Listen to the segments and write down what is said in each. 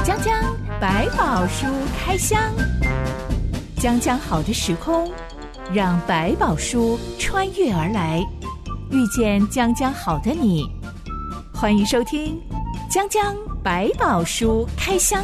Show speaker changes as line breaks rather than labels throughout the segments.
江江百宝书开箱，江江好的时空，让百宝书穿越而来，遇见江江好的你。欢迎收听江江百宝书开箱。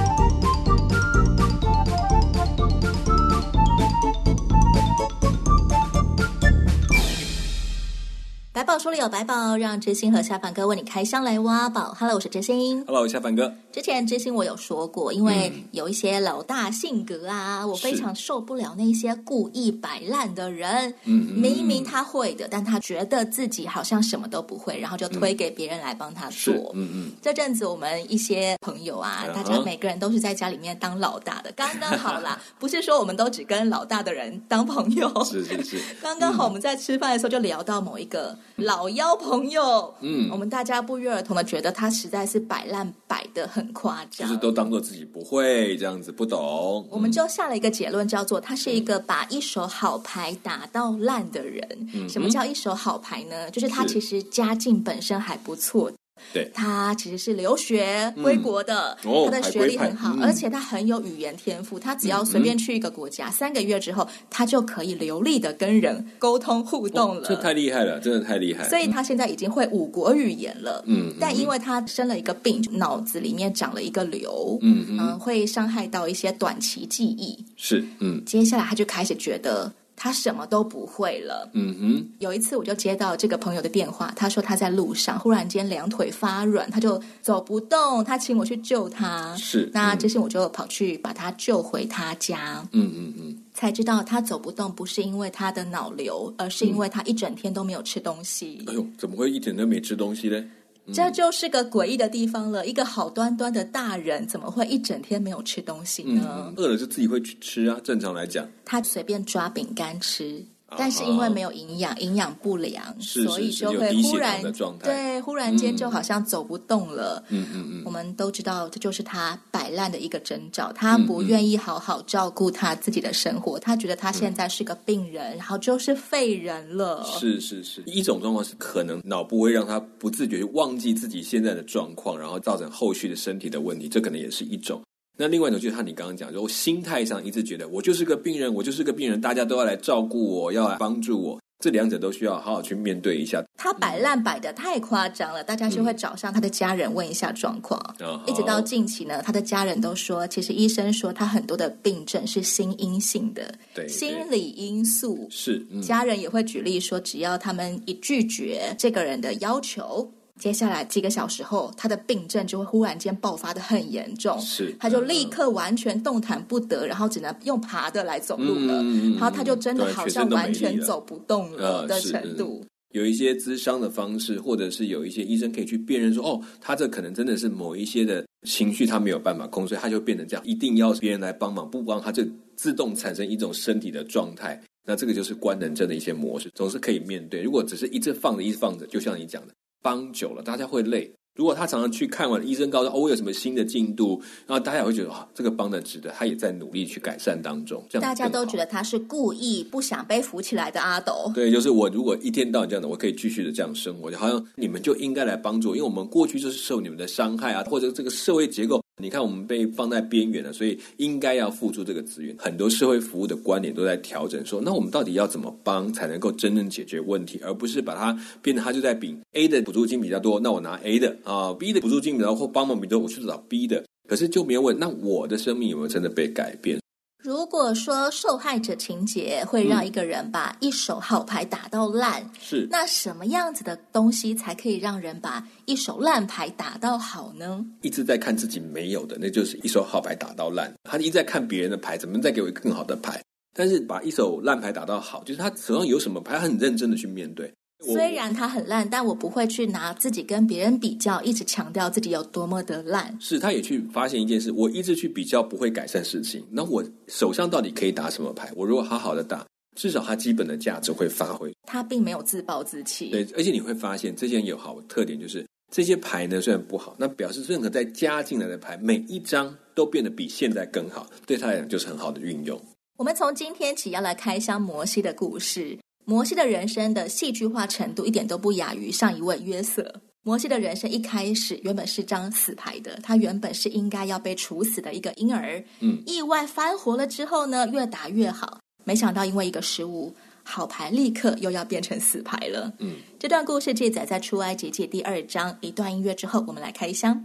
百宝书里有百宝，让知心和下凡哥为你开箱来挖宝。Hello， 我是知心。
Hello， 下凡哥。
之前知心我有说过，因为有一些老大性格啊，我非常受不了那些故意摆烂的人。明明他会的，但他觉得自己好像什么都不会，然后就推给别人来帮他做。这阵子我们一些朋友啊，大家每个人都是在家里面当老大的，刚刚好啦。不是说我们都只跟老大的人当朋友，
是。
刚刚好我们在吃饭的时候就聊到某一个老妖朋友，我们大家不约而同的觉得他实在是摆烂摆得很夸张，
就是都当作自己不会这样子，不懂。
我们就下了一个结论，叫做他是一个把一手好牌打到烂的人。什么叫一手好牌呢？就是他其实家境本身还不错，
对，
他其实是留学归国的，他的学历很好，而且他很有语言天赋，他只要随便去一个国家，3个月之后他就可以流利的跟人沟通互动了。
这太厉害了，真的太厉害了。
所以他现在已经会5国语言了。但因为他生了一个病，脑子里面长了一个瘤，会伤害到一些短期记忆。
是，
接下来他就开始觉得他什么都不会了。有一次我就接到这个朋友的电话，他说他在路上忽然间2腿发软，他就走不动，他请我去救他。
是，
那这些我就跑去把他救回他家。才知道他走不动不是因为他的脑瘤，而是因为他一整天都没有吃东西。
哎呦，怎么会一整天没吃东西呢？
这就是个诡异的地方了，一个好端端的大人怎么会一整天没有吃东西呢？
饿了就自己会去吃啊，正常来讲。
他随便抓饼干吃，但是因为没有营养不良，所以就会忽然
的状态，
对，忽然间就好像走不动了。我们都知道这就是他摆烂的一个征兆，他不愿意好好照顾他自己的生活，他觉得他现在是个病人，然后就是废人了。
是，一种状况是可能脑部会让他不自觉忘记自己现在的状况，然后造成后续的身体的问题，这可能也是一种。那另外一种就是你刚刚讲，我心态上一直觉得我就是个病人，大家都要来照顾我，要来帮助我，这2者都需要好好去面对一下。
他摆烂摆得太夸张了，大家就会找上他的家人问一下状况。一直到近期呢，他的家人都说，其实医生说他很多的病症是心因性的，
对，
心理因素。
是，
家人也会举例说，只要他们一拒绝这个人的要求，接下来几个小时后，他的病症就会忽然间爆发得很严重，
是，
他就立刻完全动弹不得，然后只能用爬的来走路了，然后他就真的好像完全走不动了的程度。
有一些咨商的方式，或者是有一些医生可以去辨认说，他这可能真的是某一些的情绪他没有办法控制，他就变成这样，一定要别人来帮忙，不帮他就自动产生一种身体的状态。那这个就是官能症的一些模式，总是可以面对。如果只是一直放着，就像你讲的，帮久了大家会累。如果他常常去看完医生告诉我有什么新的进度，然后大家也会觉得这个帮的值得，他也在努力去改善当中，这样
大家都觉得他是故意不想被扶起来的阿斗。
对，就是我如果一天到晚这样的，我可以继续的这样生活，好像你们就应该来帮助我，因为我们过去就是受你们的伤害啊，或者这个社会结构，你看我们被放在边缘了，所以应该要付出这个资源。很多社会服务的观点都在调整说，那我们到底要怎么帮才能够真正解决问题，而不是把它变成他就在比 A 的补助金比较多，那我拿 A 的B 的补助金比较多或帮忙比较多，我去找 B 的，可是就没有问那我的生命有没有真的被改变。
如果说受害者情节会让一个人把一手好牌打到烂，
是，
那什么样子的东西才可以让人把一手烂牌打到好呢？
一直在看自己没有的，那就是一手好牌打到烂。他一直在看别人的牌，怎么再给我一个更好的牌？但是把一手烂牌打到好，就是他手上有什么牌，他很认真的去面对。
虽然他很烂，但我不会去拿自己跟别人比较，一直强调自己有多么的烂。
是，他也去发现一件事，我一直去比较不会改善事情，那我手上到底可以打什么牌？我如果好好的打，至少他基本的价值会发挥。
他并没有自暴自弃。
对，而且你会发现这些人有好的特点，就是这些牌呢虽然不好，那表示任何再加进来的牌，每一张都变得比现在更好，对他来讲就是很好的运用。
我们从今天起要来开箱摩西的故事。摩西的人生的戏剧化程度一点都不亚于上一位约瑟。 摩西的人生一开始原本是张死牌的，他原本是应该要被处死的一个婴儿，意外翻活了之后呢，越打越好，没想到因为一个失误，好牌立刻又要变成死牌了。这段故事记载在出埃及记第2章。一段音乐之后，我们来开箱。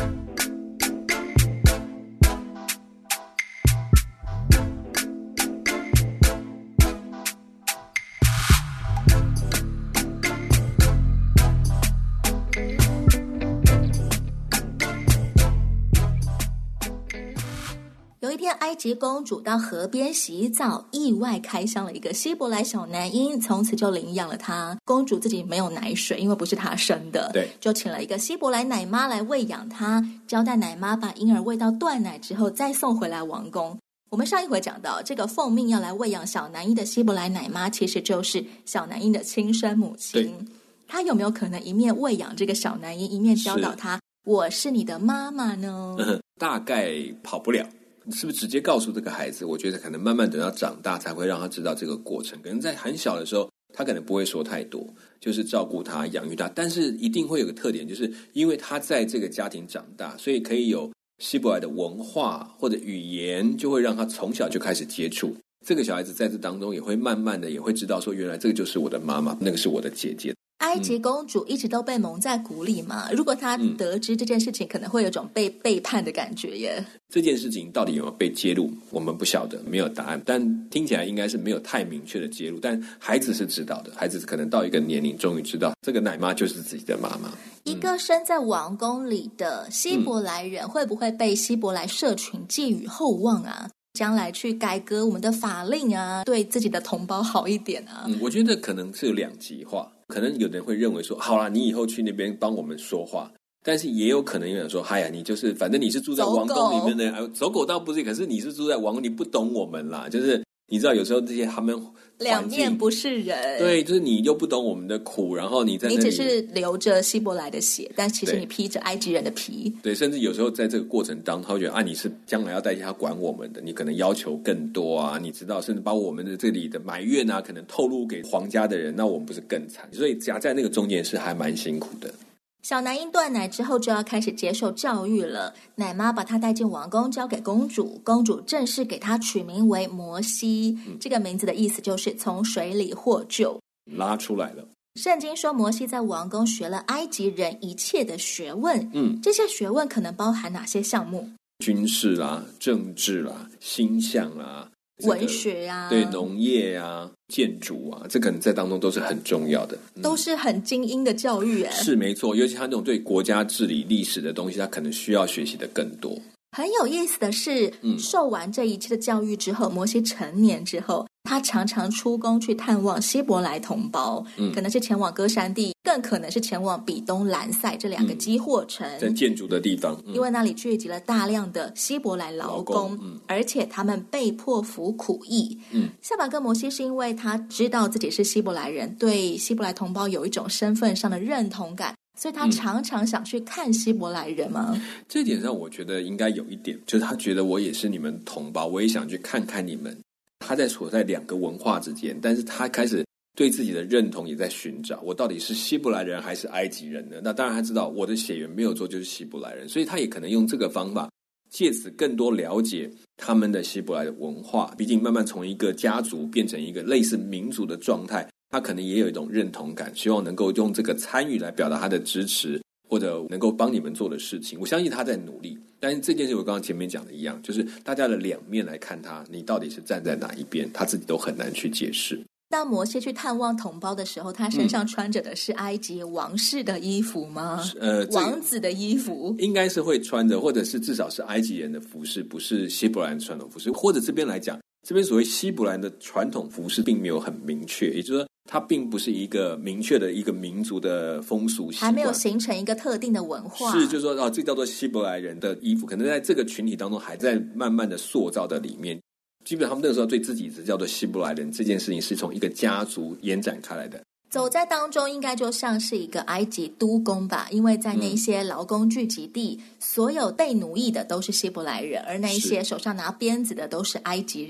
有一天，埃及公主到河边洗澡，意外开箱了一个希伯来小男婴，从此就领养了他。公主自己没有奶水，因为不是她生的，
对，
就请了一个希伯来奶妈来喂养他，交代奶妈把婴儿喂到断奶之后再送回来王宫。我们上一回讲到，这个奉命要来喂养小男婴的希伯来奶妈，其实就是小男婴的亲生母亲。她有没有可能一面喂养这个小男婴，一面教导他我是你的妈妈呢？
大概跑不了。是不是直接告诉这个孩子？我觉得可能慢慢等到长大才会让他知道这个过程。可能在很小的时候，他可能不会说太多，就是照顾他、养育他。但是一定会有个特点，就是因为他在这个家庭长大，所以可以有希伯来的文化或者语言，就会让他从小就开始接触。这个小孩子在这当中也会慢慢的也会知道说，原来这个就是我的妈妈，那个是我的姐姐。
埃及公主一直都被蒙在鼓里嘛，如果她得知这件事情，可能会有种被背叛的感觉耶。
这件事情到底有没有被揭露，我们不晓得，没有答案，但听起来应该是没有太明确的揭露。但孩子是知道的，孩子可能到一个年龄终于知道这个奶妈就是自己的妈妈。
一个生在王宫里的希伯来人，会不会被希伯来社群寄予厚望啊？将来去改革我们的法令啊，对自己的同胞好一点啊。
我觉得可能是有两极化，可能有人会认为说，好啦，你以后去那边帮我们说话，但是也有可能有人说，嗨呀，你就是反正你是住在王宫里面的，走狗倒不是，可是你是住在王宫，你不懂我们啦，就是你知道有时候这些他们
两面不是人，
对，就是你又不懂我们的苦，然后你在那里，
你只是流着希伯来的血，但其实你披着埃及人的皮。
对，甚至有时候在这个过程当中，他会觉得你是将来要代替他管我们的，你可能要求更多啊，你知道，甚至把我们的这里的埋怨啊，可能透露给皇家的人，那我们不是更惨？所以夹在那个中间是还蛮辛苦的。
小男婴断奶之后就要开始接受教育了，奶妈把他带进王宫，交给公主，公主正式给他取名为摩西，这个名字的意思就是从水里获救，
拉出来了。
圣经说摩西在王宫学了埃及人一切的学问，这些学问可能包含哪些项目？军
事啦、政治啦、星象啦、
文学啊，
对，农业啊、建筑啊，这可能在当中都是很重要的，
都是很精英的教育。
是没错，尤其他那种对国家治理、历史的东西，他可能需要学习的更多。
很有意思的是，受完这一切的教育之后，摩西成年之后，他常常出宫去探望希伯来同胞，可能是前往歌珊地，更可能是前往比东兰塞这两个基货城，
在建筑的地方，
因为那里聚集了大量的希伯来劳工，而且他们被迫服苦役。夏甲跟摩西是因为他知道自己是希伯来人，对希伯来同胞有一种身份上的认同感，所以他常常想去看希伯来人吗？
这一点上我觉得应该有一点，就是他觉得我也是你们同胞，我也想去看看你们。他在处在两个文化之间，但是他开始对自己的认同也在寻找，我到底是希伯来人还是埃及人呢？那当然他知道我的血缘没有错，就是希伯来人，所以他也可能用这个方法借此更多了解他们的希伯来的文化。毕竟慢慢从一个家族变成一个类似民族的状态，他可能也有一种认同感，希望能够用这个参与来表达他的支持，或者能够帮你们做的事情。我相信他在努力，但是这件事我刚刚前面讲的一样，就是大家的两面来看他，你到底是站在哪一边，他自己都很难去解释。
当摩西去探望同胞的时候，他身上穿着的是埃及王室的衣服吗？王子的衣服
应该是会穿着，或者是至少是埃及人的服饰，不是希伯来人传统服饰。或者这边来讲，这边所谓希伯来的传统服饰并没有很明确，也就是说它并不是一个明确的一个民族的风俗习惯，
还没有形成一个特定的文化。
是，就是说这叫做希伯来人的衣服，可能在这个群体当中还在慢慢的塑造的里面。基本上他们那个时候对自己是叫做希伯来人，这件事情是从一个家族延展开来的。
走在当中应该就像是一个埃及都宫吧，因为在那些劳工聚集地，所有被奴役的都是希伯来人，而那一些手上拿鞭子的都是埃及人。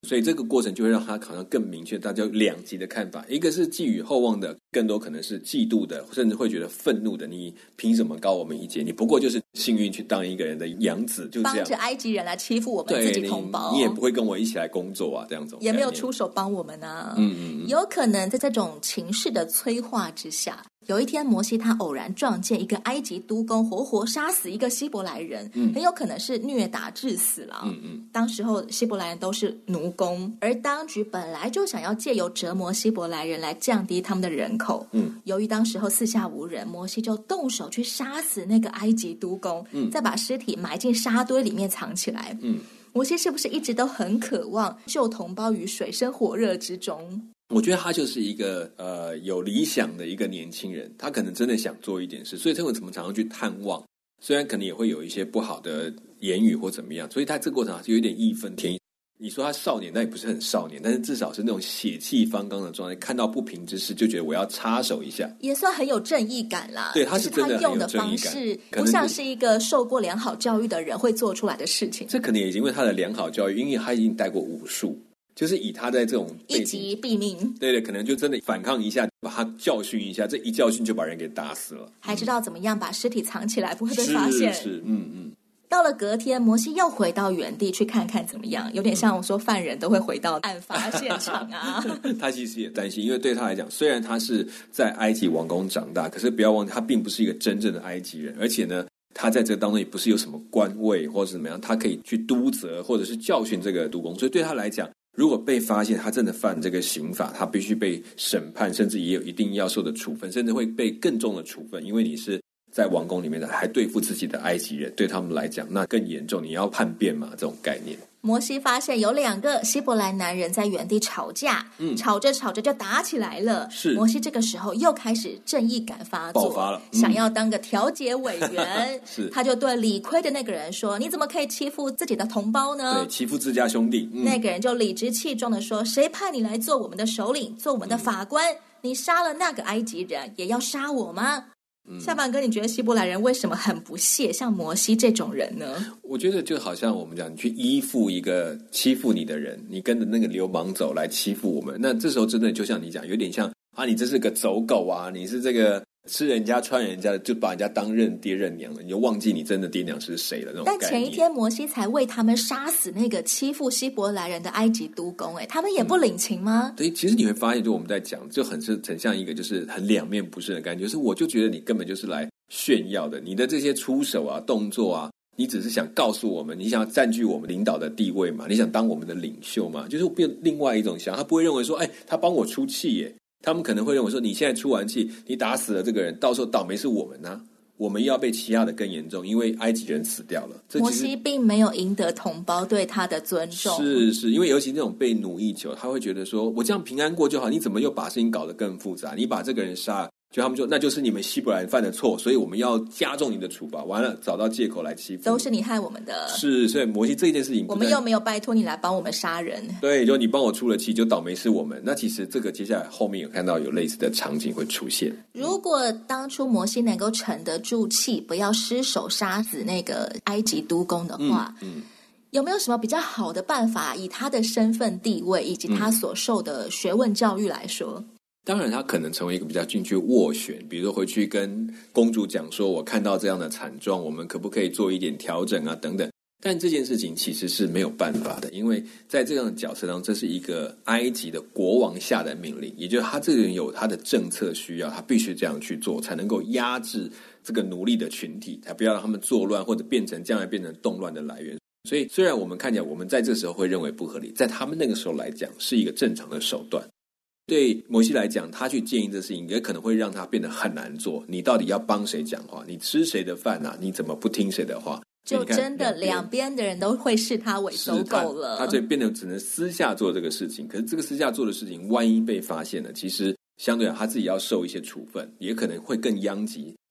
所以这个过程就会让他好像更明确，大家有两极的看法，一个是寄予厚望的，更多可能是嫉妒的，甚至会觉得愤怒的，你凭什么高我们一截？你不过就是幸运去当一个人的养子，就这样
帮着埃及人来欺负我们自己同胞，
你也不会跟我一起来工作啊，这样子
也没有出手帮我们啊。有可能在这种情势的催化之下，有一天摩西他偶然撞见一个埃及督工活活杀死一个希伯来人，很有可能是虐打致死了。当时候希伯来人都是奴工，而当局本来就想要借由折磨希伯来人来降低他们的人口。由于当时候四下无人，摩西就动手去杀死那个埃及督工，再把尸体埋进沙堆里面藏起来。摩西是不是一直都很渴望救同胞于水深火热之中？
我觉得他就是一个有理想的一个年轻人，他可能真的想做一点事，所以他为什么常常去探望，虽然可能也会有一些不好的言语或怎么样，所以他这个过程就有点义愤填膺。你说他少年，但也不是很少年，但是至少是那种血气方刚的状态，看到不平之事就觉得我要插手一下，
也算很有正义感啦。
对，他是真的很有正义感，
他用的方式不像是一个受过良好教育的人会做出来的事情。
这可能也是因为他的良好教育，因为他已经带过武术，就是以他在这种
一击毙命，
对，可能就真的反抗一下，把他教训一下，这一教训就把人给打死了，
还知道怎么样把尸体藏起来，不会被发现。
是。
到了隔天，摩西又回到原地去看看怎么样，有点像我说犯人都会回到案发现场啊。
他其实也担心，因为对他来讲，虽然他是在埃及王宫长大，可是不要忘记他并不是一个真正的埃及人，而且呢他在这个当中也不是有什么官位或者怎么样，他可以去督责或者是教训这个督工，所以对他来讲，如果被发现他真的犯这个刑法，他必须被审判，甚至也有一定要受的处分，甚至会被更重的处分，因为你是在王宫里面的，还对付自己的埃及人，对他们来讲那更严重，你要叛变嘛，这种概念。
摩西发现有2个希伯来男人在原地吵架，吵着吵着就打起来了。
是，
摩西这个时候又开始正义感发作，
爆发了，
想要当个调解委员。
是，
他就对理亏的那个人说：“你怎么可以欺负自己的同胞呢？”
对，欺负自家兄弟。
那个人就理直气壮的说：“谁派你来做我们的首领，做我们的法官？你杀了那个埃及人，也要杀我吗？”下半哥，你觉得希伯来人为什么很不屑像摩西这种人呢？
我觉得就好像我们讲，你去依附一个欺负你的人，你跟着那个流氓走来欺负我们，那这时候真的就像你讲，有点像啊，你这是个走狗啊，你是这个吃人家穿人家的，就把人家当认爹认娘了，你就忘记你真的爹娘是谁了那种概念。
但前一天摩西才为他们杀死那个欺负希伯来人的埃及督工，他们也不领情吗？
对，其实你会发现，就我们在讲，就很像一个就是很两面不是的感觉，就是我就觉得你根本就是来炫耀的，你的这些出手啊、动作啊，你只是想告诉我们，你想要占据我们领导的地位嘛，你想当我们的领袖嘛，就是变另外一种想，他不会认为说，他帮我出气耶。他们可能会认为说，你现在出完气，你打死了这个人，到时候倒霉是我们啊，我们又要被欺压的更严重，因为埃及人死掉了。
摩西并没有赢得同胞对他的尊重，
是因为尤其那种被奴役久，他会觉得说，我这样平安过就好，你怎么又把事情搞得更复杂？你把这个人杀了，就他们说那就是你们希伯来人犯的错，所以我们要加重你的处罚，完了找到借口来欺负你，
都是你害我们的。
是，所以摩西这件事情，
我们又没有拜托你来帮我们杀人，
对，就你帮我出了气，就倒霉是我们。那其实这个接下来后面有看到有类似的场景会出现。
如果当初摩西能够沉得住气，不要失手杀死那个埃及督工的话，有没有什么比较好的办法，以他的身份地位以及他所受的学问教育来说？
当然他可能成为一个比较进去斡旋，比如说回去跟公主讲说，我看到这样的惨状，我们可不可以做一点调整啊等等。但这件事情其实是没有办法的，因为在这样的角色当中，这是一个埃及的国王下的命令，也就是他这个人有他的政策需要，他必须这样去做，才能够压制这个奴隶的群体，才不要让他们作乱或者将来变成动乱的来源。所以虽然我们看起来我们在这时候会认为不合理，在他们那个时候来讲是一个正常的手段。对摩西来讲，他去建议这事情也可能会让他变得很难做，你到底要帮谁讲话，你吃谁的饭啊，你怎么不听谁的话，
就真的两边的人都会视他为走狗了，
他就变得只能私下做这个事情。可是这个私下做的事情万一被发现了，其实相对来他自己要受一些处分，也可能会更殃及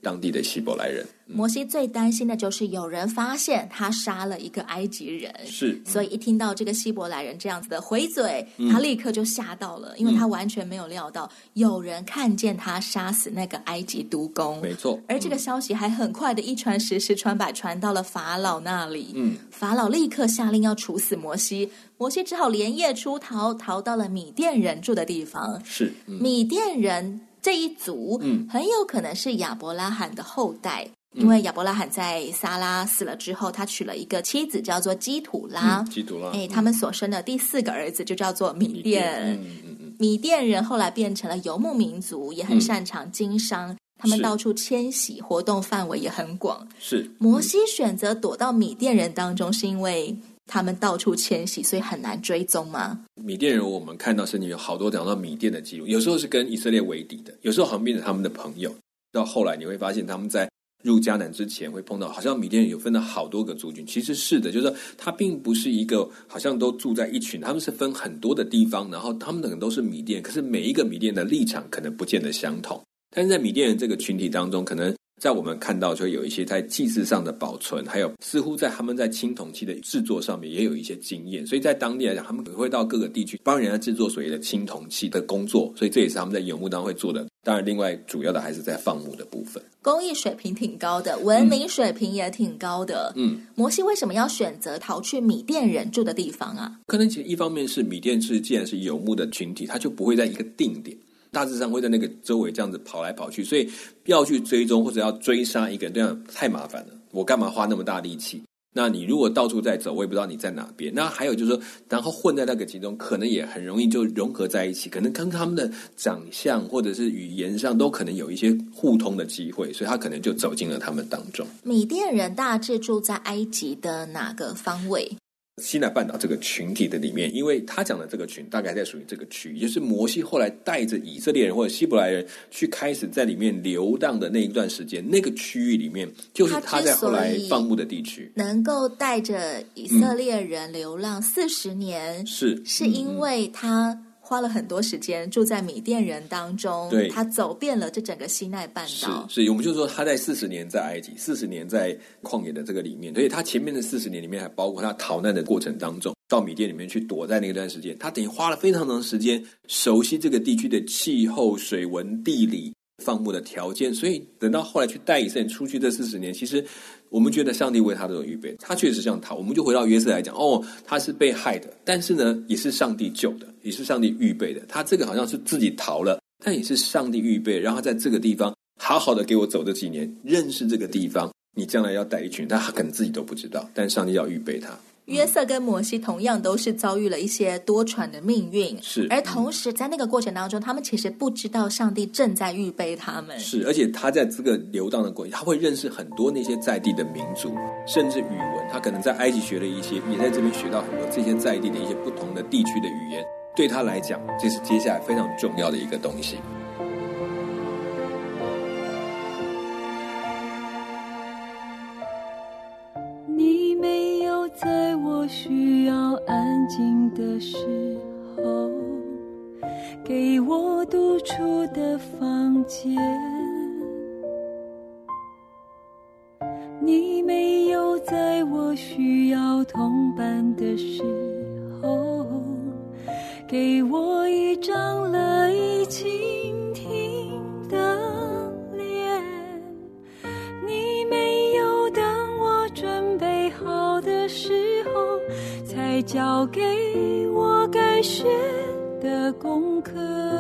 当地的希伯来人。
摩西最担心的就是有人发现他杀了一个埃及人，
是，
所以一听到这个希伯来人这样子的回嘴，他立刻就吓到了，因为他完全没有料到有人看见他杀死那个埃及督工。
没错，
而这个消息还很快的一传十，十传百，传到了法老那里。法老立刻下令要处死摩西，摩西只好连夜出逃，逃到了米甸人住的地方。
是，
米甸人这一族很有可能是亚伯拉罕的后代，因为亚伯拉罕在撒拉死了之后，他娶了一个妻子叫做基土拉，他们所生的第4个儿子就叫做米甸。米甸人后来变成了游牧民族，也很擅长经商，他们到处迁徙，活动范围也很广。
是，
摩西选择躲到米甸人当中，是因为他们到处迁徙，所以很难追踪吗？
米甸人我们看到圣经有好多讲到米甸的记录，有时候是跟以色列为敌的，有时候好像变成他们的朋友。到后来你会发现他们在入迦南之前会碰到，好像米甸人有分了好多个族群，其实是的，就是说他并不是一个好像都住在一群，他们是分很多的地方，然后他们可能都是米甸，可是每一个米甸的立场可能不见得相同。但是在米甸人这个群体当中，可能在我们看到就有一些在祭祀上的保存，还有似乎在他们在青铜器的制作上面也有一些经验，所以在当地来讲，他们会到各个地区帮人家制作所谓的青铜器的工作，所以这也是他们在游牧当中会做的。当然另外主要的还是在放牧的部分，
工艺水平挺高的，文明水平也挺高的。摩西为什么要选择逃去米甸人住的地方啊？
可能其实一方面是米甸既然是游牧的群体，他就不会在一个定点，大致上会在那个周围这样子跑来跑去，所以要去追踪或者要追杀一个人，这样太麻烦了，我干嘛花那么大力气？那你如果到处在走，我也不知道你在哪边。那还有就是说，然后混在那个其中，可能也很容易就融合在一起，可能跟他们的长相或者是语言上都可能有一些互通的机会，所以他可能就走进了他们当中。
米甸人大致住在埃及的哪个方位？
西奈半岛这个群体的里面，因为他讲的这个群大概在属于这个区域，就是摩西后来带着以色列人或者希伯来人去开始在里面流浪的那一段时间，那个区域里面就是他在后来放牧的地区，
能够带着以色列人流浪40年，是因为他花了很多时间住在米甸人当中，对，他走遍了这整个西奈半岛。
是，我们就说他在40年在埃及，40年在旷野的这个里面，所以他前面的40年里面还包括他逃难的过程当中，到米甸里面去躲在那段时间，他等于花了非常长的时间熟悉这个地区的气候、水文、地理、放牧的条件，所以等到后来去带以色列人出去这40年，其实我们觉得上帝为他都有预备，他确实这样逃。我们就回到约瑟来讲，他是被害的，但是呢也是上帝救的，也是上帝预备的。他这个好像是自己逃了，但也是上帝预备，让他在这个地方好好的给我走这几年，认识这个地方，你将来要带一群，他可能自己都不知道，但上帝要预备他。
约瑟跟摩西同样都是遭遇了一些多舛的命运，
是，
而同时在那个过程当中，他们其实不知道上帝正在预备他们。
是，而且他在这个流荡的过程，他会认识很多那些在地的民族，甚至语文，他可能在埃及学了一些，也在这边学到很多这些在地的一些不同的地区的语言，对他来讲，这是接下来非常重要的一个东西。
你没有在我需要安静的时候给我独处的房间，你没有在我需要同伴的时候给我一张乐意倾听的脸，你没有等我准备好的时候才交给我该学的功课，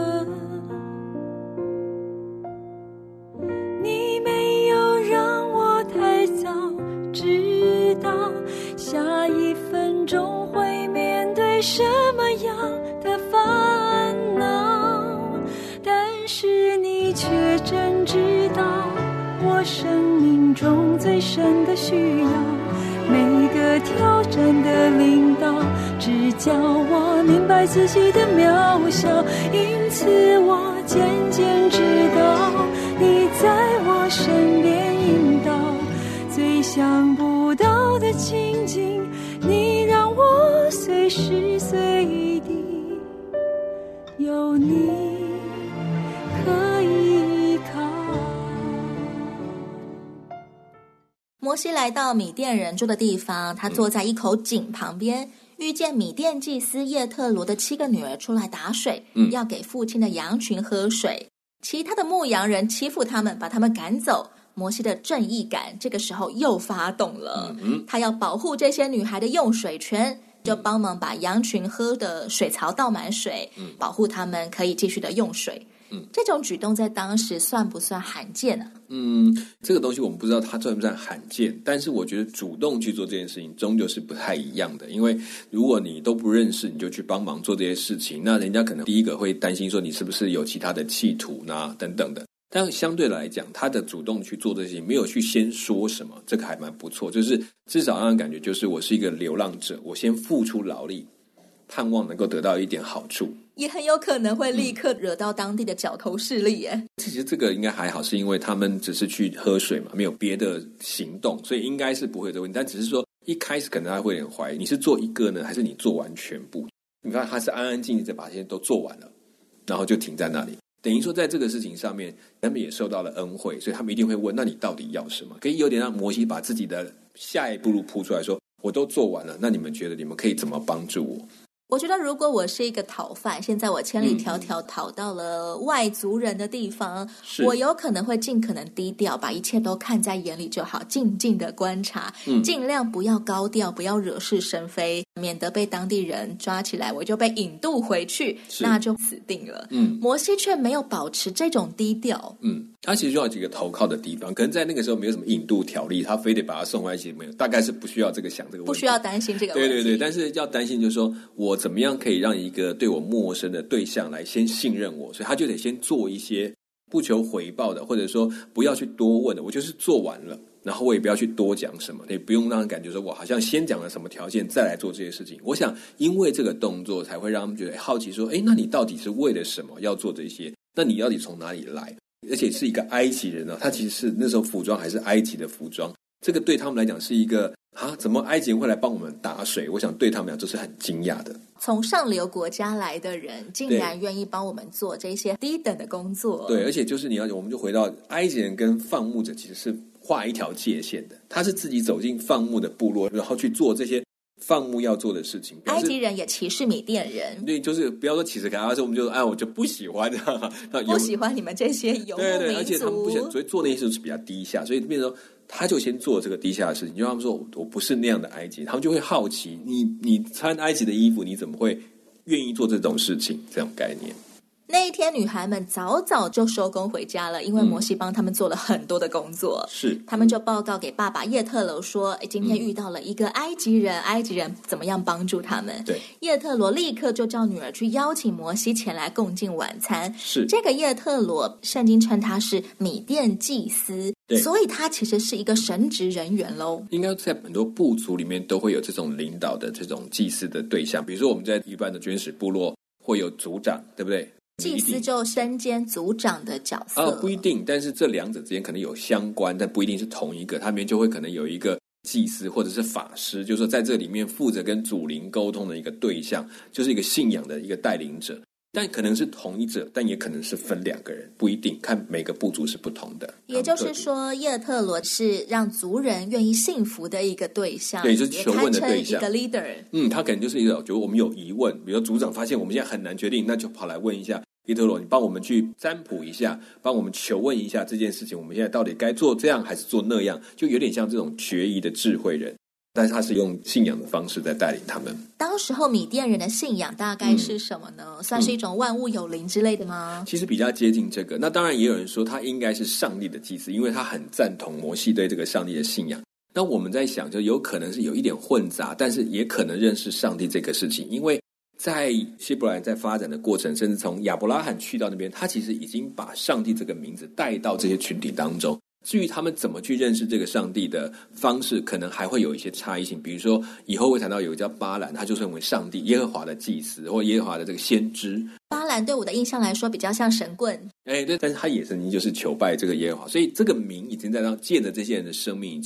你没有让我太早知道下一分钟会面对什么样的烦恼，但是你却真知道我生命中最深的需要，每个挑战的领导只叫我明白自己的渺小，因此我渐渐知道你在我身边引导，最想不到的情景你让我随时随地有你可以依靠。
摩西来到米甸人住的地方，他坐在一口井旁边，遇见米甸祭司叶特罗的7个女儿出来打水，要给父亲的羊群喝水。其他的牧羊人欺负他们，把他们赶走。摩西的正义感这个时候又发动了，他要保护这些女孩的用水权，就帮忙把羊群喝的水槽倒满水，保护他们可以继续的用水。这种举动在当时算不算罕见啊？
这个东西我们不知道它算不算罕见，但是我觉得主动去做这件事情终究是不太一样的。因为如果你都不认识，你就去帮忙做这些事情，那人家可能第一个会担心说你是不是有其他的企图呢等等的。但相对来讲，他的主动去做这些事情，没有去先说什么，这个还蛮不错。就是至少让人感觉就是我是一个流浪者，我先付出劳力，盼望能够得到一点好处，
也很有可能会立刻惹到当地的角头势力耶。
其实这个应该还好，是因为他们只是去喝水嘛，没有别的行动，所以应该是不会有这个问题。但只是说一开始可能他会有点怀疑，你是做一个呢，还是你做完全部？你看他是安安静静的把这些都做完了，然后就停在那里。等于说在这个事情上面他们也受到了恩惠，所以他们一定会问，那你到底要什么？可以有点让摩西把自己的下一步路铺出来，说我都做完了，那你们觉得你们可以怎么帮助我？
我觉得如果我是一个讨饭，现在我千里迢迢逃到了外族人的地方，我有可能会尽可能低调，把一切都看在眼里就好，静静的观察，尽量不要高调，不要惹是生非，免得被当地人抓起来，我就被引渡回去，那就死定了。摩西却没有保持这种低调。
他其实需要几个投靠的地方，可能在那个时候没有什么引渡条例，他非得把他送回来，其实没有，大概是不需要这个想这个问题，
不需要担心这个问题。
对对对，但是要担心就是说我怎么样可以让一个对我陌生的对象来先信任我，所以他就得先做一些不求回报的，或者说不要去多问的，我就是做完了，然后我也不要去多讲什么，也不用让人感觉说我好像先讲了什么条件再来做这些事情。我想因为这个动作才会让他们觉得好奇说，那你到底是为了什么要做这些？那你到底从哪里来？而且是一个埃及人他其实是那时候服装还是埃及的服装，这个对他们来讲是一个怎么埃及人会来帮我们打水？我想对他们来讲这是很惊讶的。
从上流国家来的人竟然愿意帮我们做这些低等的工作。
对，而且就是我们就回到埃及人跟放牧者其实是画一条界限的，他是自己走进放牧的部落，然后去做这些放牧要做的事情。
埃及人也歧视米甸人，
对，就是不要说歧视，而是我们就我就不喜欢
不喜欢你们这些游牧民族。
对，而且他们不喜欢，所以做那些事是比较低下，所以变成说他就先做这个低下的事情，就他们说我不是那样的埃及，他们就会好奇你穿埃及的衣服，你怎么会愿意做这种事情？这种概念。
那一天女孩们早早就收工回家了，因为摩西帮他们做了很多的工作。
是，
他们就报告给爸爸叶特罗说，今天遇到了一个埃及人，埃及人怎么样帮助他们。
对，
叶特罗立刻就叫女儿去邀请摩西前来共进晚餐。
是，
这个叶特罗圣经称他是米甸祭司，
对，
所以他其实是一个神职人员咯。
应该在很多部族里面都会有这种领导的这种祭司的对象，比如说我们在一般的原始部落会有族长，对不对？
祭司就身兼族长的角色。
不一定，但是这两者之间可能有相关，但不一定是同一个。他们就会可能有一个祭司或者是法师，就是说在这里面负责跟祖灵沟通的一个对象，就是一个信仰的一个带领者。但可能是同一者，但也可能是分两个人，不一定，看每个部族是不同的。
也就是说，叶特罗是让族人愿意信服的一个对象，
对，就是求问的对象，
一个 leader。
他可能就是一个，就我们有疑问，比如说族长发现我们现在很难决定，那就跑来问一下叶特罗，你帮我们去占卜一下，帮我们求问一下这件事情，我们现在到底该做这样还是做那样，就有点像这种决疑的智慧人。但是他是用信仰的方式在带领他们。
当时候米甸人的信仰大概是什么呢？算是一种万物有灵之类的吗？
其实比较接近这个。那当然也有人说他应该是上帝的祭司，因为他很赞同摩西对这个上帝的信仰。那我们在想，就有可能是有一点混杂，但是也可能认识上帝这个事情，因为在希伯来在发展的过程，甚至从亚伯拉罕去到那边，他其实已经把上帝这个名字带到这些群体当中。至于他们怎么去认识这个上帝的方式，可能还会有一些差异性。比如说以后会谈到有一个叫巴兰，他就认为上帝耶和华的祭司或耶和华的这个先知。
巴兰对我的印象来说比较像神棍，
对，但是他也曾经就是求拜这个耶和华，所以这个名已经在让借着这些人的生命已经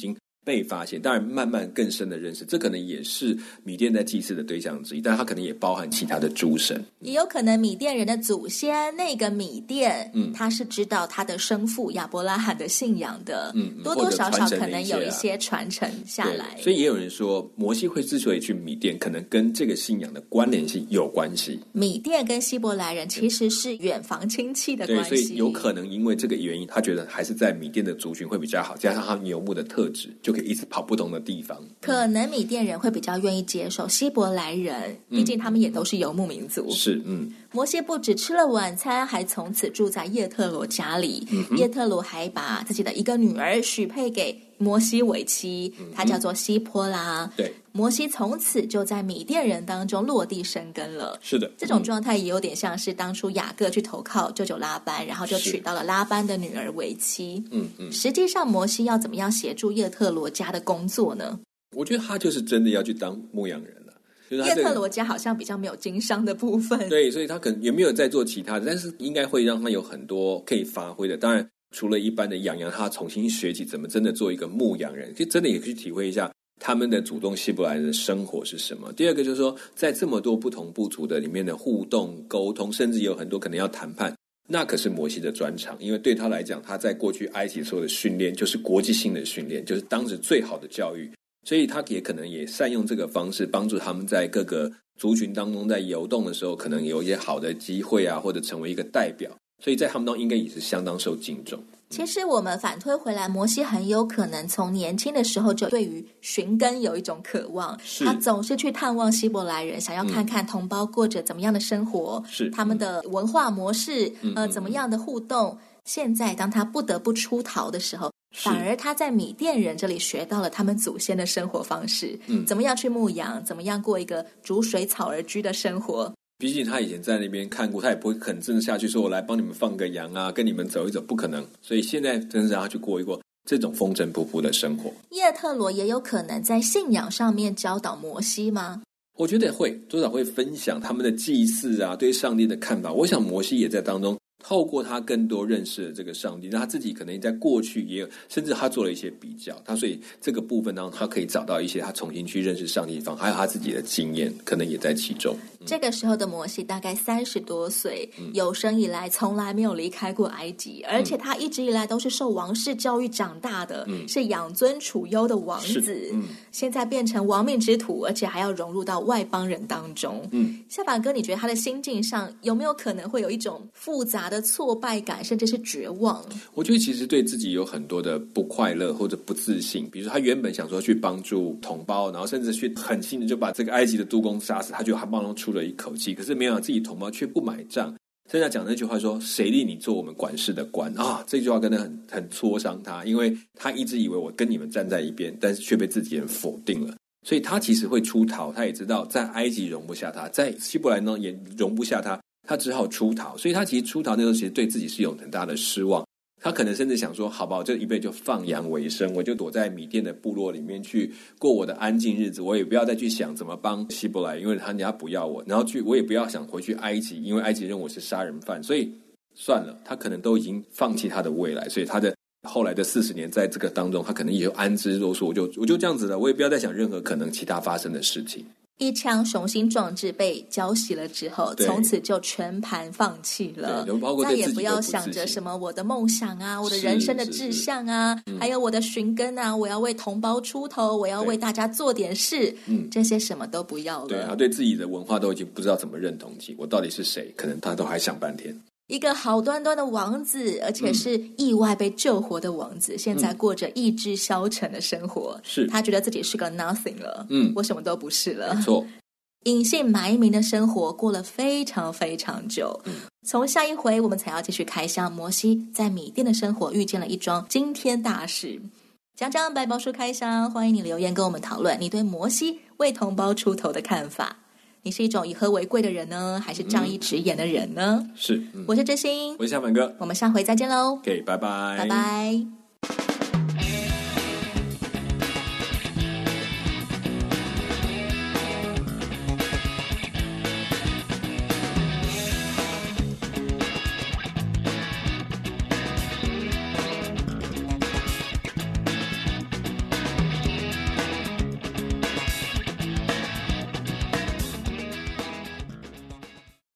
被发现，当然慢慢更深的认识，这可能也是米甸在祭祀的对象之一，但它可能也包含其他的诸神，
也有可能米甸人的祖先那个米甸，他是知道他的生父亚伯拉罕的信仰的，多多少少可能有一些传承下来。
所以也有人说，摩西会之所以去米甸，可能跟这个信仰的关联性有关系。
米甸跟希伯来人其实是远房亲戚的关系，
对，所以有可能因为这个原因，他觉得还是在米甸的族群会比较好，加上他游牧的特质，就可以一直跑不同的地方。
可能米甸人会比较愿意接受希伯来人，毕竟他们也都是游牧民族。
是，
摩西不只吃了晚餐，还从此住在叶特罗家里。叶特罗还把自己的一个女儿许配给摩西为妻，她叫做西波拉。
对，
摩西从此就在米甸人当中落地生根了。
是的，
这种状态也有点像是当初雅各去投靠舅舅拉班，然后就娶到了拉班的女儿为妻。实际上摩西要怎么样协助叶特罗家的工作呢？
我觉得他就是真的要去当牧羊人了。就是
叶特罗家好像比较没有经商的部分，
对，所以他可能也没有在做其他的，但是应该会让他有很多可以发挥的。当然除了一般的养羊，他重新学习怎么真的做一个牧羊人，就真的也可以去体会一下他们的主动希伯来人的生活是什么。第二个就是说，在这么多不同部族的里面的互动沟通，甚至有很多可能要谈判，那可是摩西的专长。因为对他来讲，他在过去埃及所有的训练就是国际性的训练，就是当时最好的教育，所以他也可能也善用这个方式帮助他们在各个族群当中在游动的时候，可能有一些好的机会啊，或者成为一个代表，所以在他们当中应该也是相当受敬重。
其实我们反推回来，摩西很有可能从年轻的时候就对于寻根有一种渴望，他总是去探望希伯来人，想要看看同胞过着怎么样的生活，他们的文化模式，怎么样的互动。现在当他不得不出逃的时候，反而他在米甸人这里学到了他们祖先的生活方式，怎么样去牧羊，怎么样过一个逐水草而居的生活。
毕竟他以前在那边看过，他也不会肯真的下去说我来帮你们放个羊啊，跟你们走一走，不可能。所以现在真是让他去过一过这种风尘仆仆的生活。
叶特罗也有可能在信仰上面教导摩西吗？
我觉得会，多少会分享他们的祭祀啊，对上帝的看法。我想摩西也在当中透过他更多认识了这个上帝，那他自己可能在过去也有，甚至他做了一些比较，他所以这个部分当中他可以找到一些他重新去认识上帝的地方，还有他自己的经验可能也在其中。
这个时候的摩西大概30多岁，有生以来从来没有离开过埃及，而且他一直以来都是受王室教育长大的，是养尊处优的王子，现在变成亡命之徒，而且还要融入到外邦人当中。下巴哥，你觉得他的心境上有没有可能会有一种复杂的挫败感，甚至是绝望？
我觉得其实对自己有很多的不快乐或者不自信，比如说他原本想说去帮助同胞，然后甚至去狠心的就把这个埃及的督工杀死，他觉得他帮忙出了一口气，可是没想到自己同胞却不买账，甚至讲那句话说谁令你做我们管事的官啊，这句话真的很戳伤他，因为他一直以为我跟你们站在一边，但是却被自己人否定了，所以他其实会出逃，他也知道在埃及容不下他，在希伯来呢也容不下他，他只好出逃。所以他其实出逃那时候其实对自己是有很大的失望，他可能甚至想说好吧，我这一辈就放羊为生，我就躲在米甸的部落里面去过我的安静日子，我也不要再去想怎么帮希伯来，因为人家不要我，然后我也不要想回去埃及，因为埃及认为我是杀人犯，所以算了，他可能都已经放弃他的未来，所以他的后来的40年在这个当中，他可能也就安之若素，我就这样子了，我也不要再想任何可能其他发生的事情。
一腔雄心壮志被浇熄了之后，从此就全盘放弃了，再也不要想着什么我的梦想啊，我的人生的志向啊，还有我的寻根啊，我要为同胞出头，我要为大家做点事，这些什么都不要了。
对，他对自己的文化都已经不知道怎么认同起，我到底是谁，可能他都还想半天。
一个好端端的王子，而且是意外被救活的王子，现在过着意志消沉的生活，
是
他觉得自己是个 nothing 了，我什么都不是了，
没错，
隐姓埋名的生活过了非常非常久。从下一回我们才要继续开箱摩西在米甸的生活遇见了一桩惊天大事。讲讲百宝书开箱，欢迎你留言跟我们讨论你对摩西为同胞出头的看法。你是一种以和为贵的人呢，还是仗义直言的人呢？
是，
我是知心，
我是夏凡哥，
我们下回再见喽。
OK， 拜拜，
拜拜。